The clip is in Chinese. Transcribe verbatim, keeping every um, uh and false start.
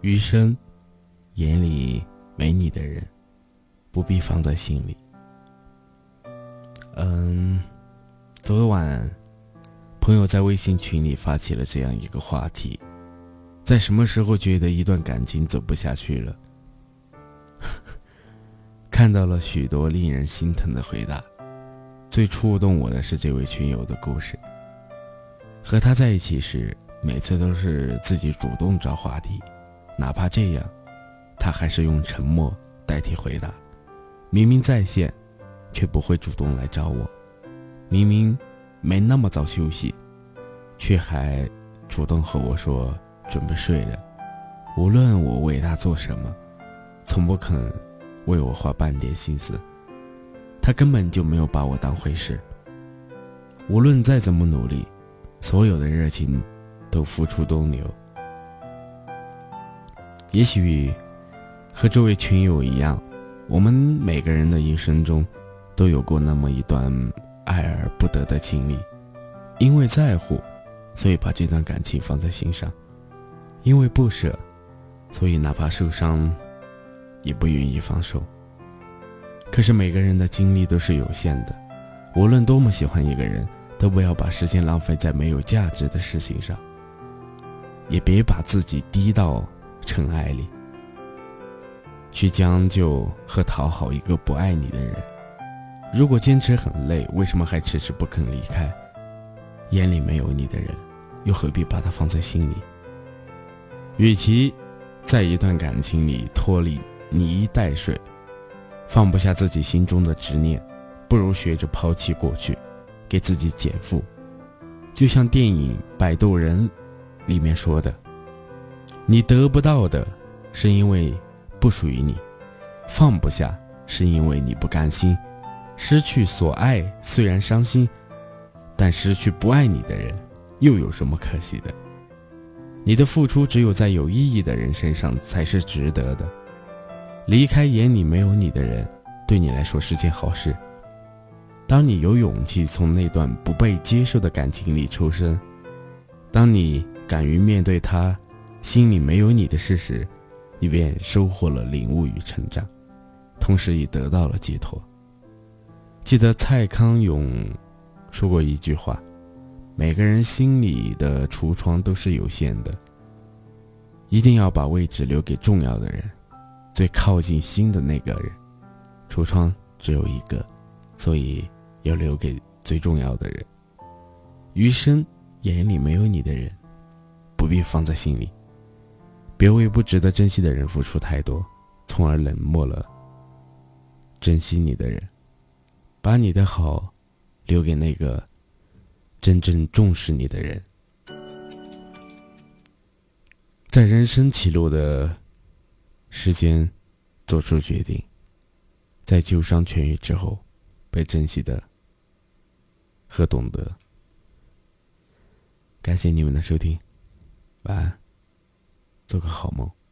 余生眼里没你的人，不必放在心里。嗯，昨晚朋友在微信群里发起了这样一个话题：在什么时候觉得一段感情走不下去了？看到了许多令人心疼的回答，最触动我的是这位群友的故事。和他在一起时，每次都是自己主动找话题，哪怕这样，他还是用沉默代替回答。明明在线，却不会主动来找我；明明没那么早休息，却还主动和我说准备睡了。无论我为他做什么，从不肯为我花半点心思，他根本就没有把我当回事。无论再怎么努力，所有的热情都付诸东流。也许和这位群友一样，我们每个人的一生中都有过那么一段爱而不得的经历，因为在乎，所以把这段感情放在心上；因为不舍，所以哪怕受伤也不愿意放手。可是每个人的精力都是有限的，无论多么喜欢一个人，都不要把时间浪费在没有价值的事情上，也别把自己低到尘埃里，去将就和讨好一个不爱你的人。如果坚持很累，为什么还迟迟不肯离开？眼里没有你的人，又何必把它放在心里？与其在一段感情里脱离泥带水，放不下自己心中的执念，不如学着抛弃过去，给自己减负。就像电影《摆渡人》里面说的，你得不到的是因为不属于你，放不下是因为你不甘心。失去所爱虽然伤心，但失去不爱你的人又有什么可惜的？你的付出只有在有意义的人身上才是值得的。离开眼里没有你的人，对你来说是件好事。当你有勇气从那段不被接受的感情里抽身，当你敢于面对他心里没有你的事实，你便收获了领悟与成长，同时也得到了解脱。记得蔡康永说过一句话：每个人心里的橱窗都是有限的，一定要把位置留给重要的人，最靠近心的那个人。橱窗只有一个，所以要留给最重要的人。余生眼里没有你的人，不必放在心里。别为不值得珍惜的人付出太多，从而冷漠了珍惜你的人。把你的好留给那个真正重视你的人。在人生起落的时间做出决定，在旧伤痊愈之后被珍惜的和懂得。感谢你们的收听，晚安，做个好梦。